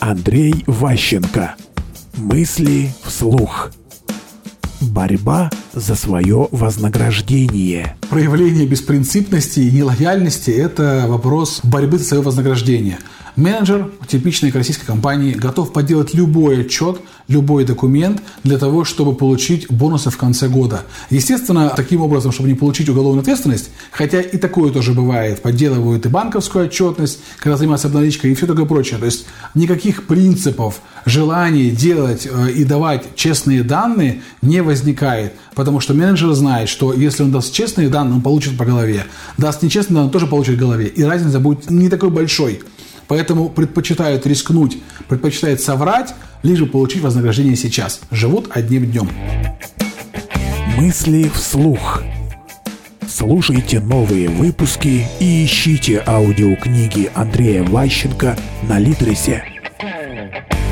Андрей Ващенко. Мысли вслух. Борьба за свое вознаграждение. Проявление беспринципности и нелояльности – это вопрос борьбы за свое вознаграждение. Менеджер типичной российской компании готов подделать любой отчет, любой документ для того, чтобы получить бонусы в конце года. Естественно, таким образом, чтобы не получить уголовную ответственность, хотя и такое тоже бывает, подделывают и банковскую отчетность, когда занимаются обналичкой и все такое прочее. То есть никаких принципов, желаний делать и давать честные данные не возникает, потому что менеджер знает, что если он даст честные данные, он получит по голове. Даст нечестные данные, он тоже получит по голове. И разница будет не такой большой. Поэтому предпочитают рискнуть, предпочитают соврать, лишь бы получить вознаграждение сейчас. Живут одним днем. Мысли вслух. Слушайте новые выпуски и ищите аудиокниги Андрея Ващенко на Литресе.